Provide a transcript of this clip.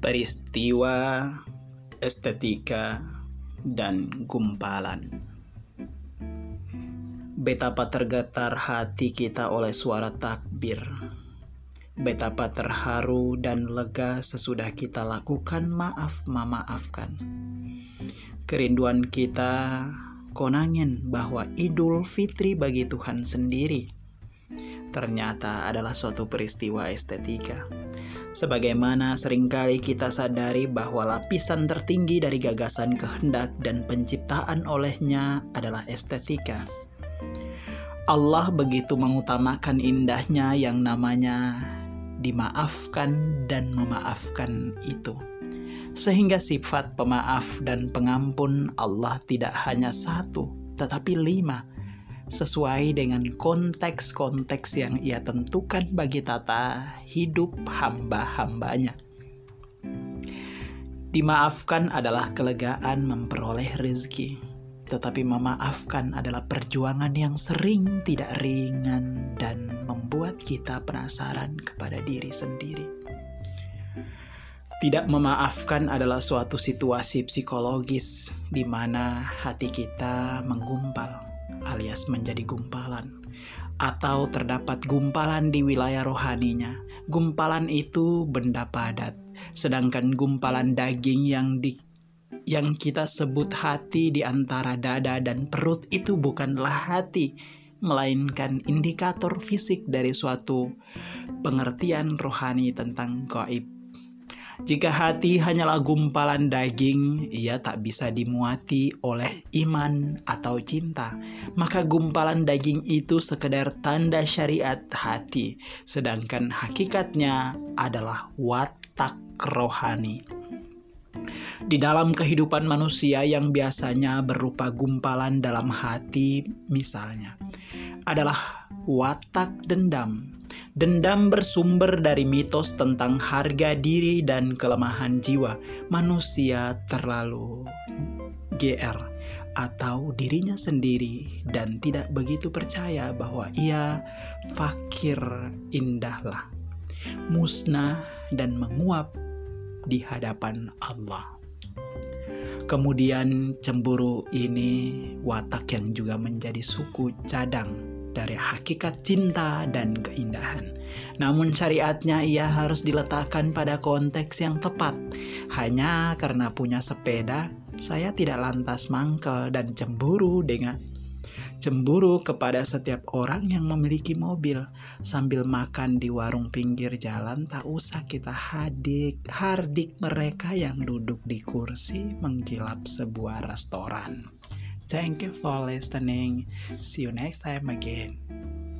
Peristiwa, estetika, dan gumpalan. Betapa tergetar hati kita oleh suara takbir. Betapa terharu dan lega sesudah kita lakukan maafkan. Kerinduan kita konangin bahwa Idul Fitri bagi Tuhan sendiri ternyata adalah suatu peristiwa estetika. Sebagaimana seringkali kita sadari bahwa lapisan tertinggi dari gagasan kehendak dan penciptaan olehnya adalah estetika. Allah begitu mengutamakan indahnya yang namanya dimaafkan dan memaafkan itu. Sehingga sifat pemaaf dan pengampun Allah tidak hanya satu, tetapi 5. Sesuai dengan konteks-konteks yang Ia tentukan bagi tata hidup hamba-hambanya. Dimaafkan adalah kelegaan memperoleh rezeki, tetapi memaafkan adalah perjuangan yang sering tidak ringan dan membuat kita penasaran kepada diri sendiri. Tidak memaafkan adalah suatu situasi psikologis di mana hati kita menggumpal alias menjadi gumpalan, atau terdapat gumpalan di wilayah rohaninya. Gumpalan itu benda padat, sedangkan gumpalan daging yang kita sebut hati di antara dada dan perut itu bukanlah hati, melainkan indikator fisik dari suatu pengertian rohani tentang gaib. Jika hati hanyalah gumpalan daging, ia tak bisa dimuati oleh iman atau cinta. Maka gumpalan daging itu sekedar tanda syariat hati, sedangkan hakikatnya adalah watak rohani. Di dalam kehidupan manusia yang biasanya berupa gumpalan dalam hati, misalnya, adalah watak dendam. Dendam bersumber dari mitos tentang harga diri dan kelemahan jiwa. Manusia terlalu GR atau dirinya sendiri dan tidak begitu percaya bahwa ia fakir indahlah, musnah dan menguap di hadapan Allah. Kemudian cemburu ini watak yang juga menjadi suku cadang dari hakikat cinta dan keindahan. Namun syariatnya ia harus diletakkan pada konteks yang tepat. Hanya karena punya sepeda, saya tidak lantas mangkel dan cemburu kepada setiap orang yang memiliki mobil. Sambil makan di warung pinggir jalan, tak usah kita hardik mereka yang duduk di kursi mengkilap sebuah restoran. Thank you for listening. See you next time again.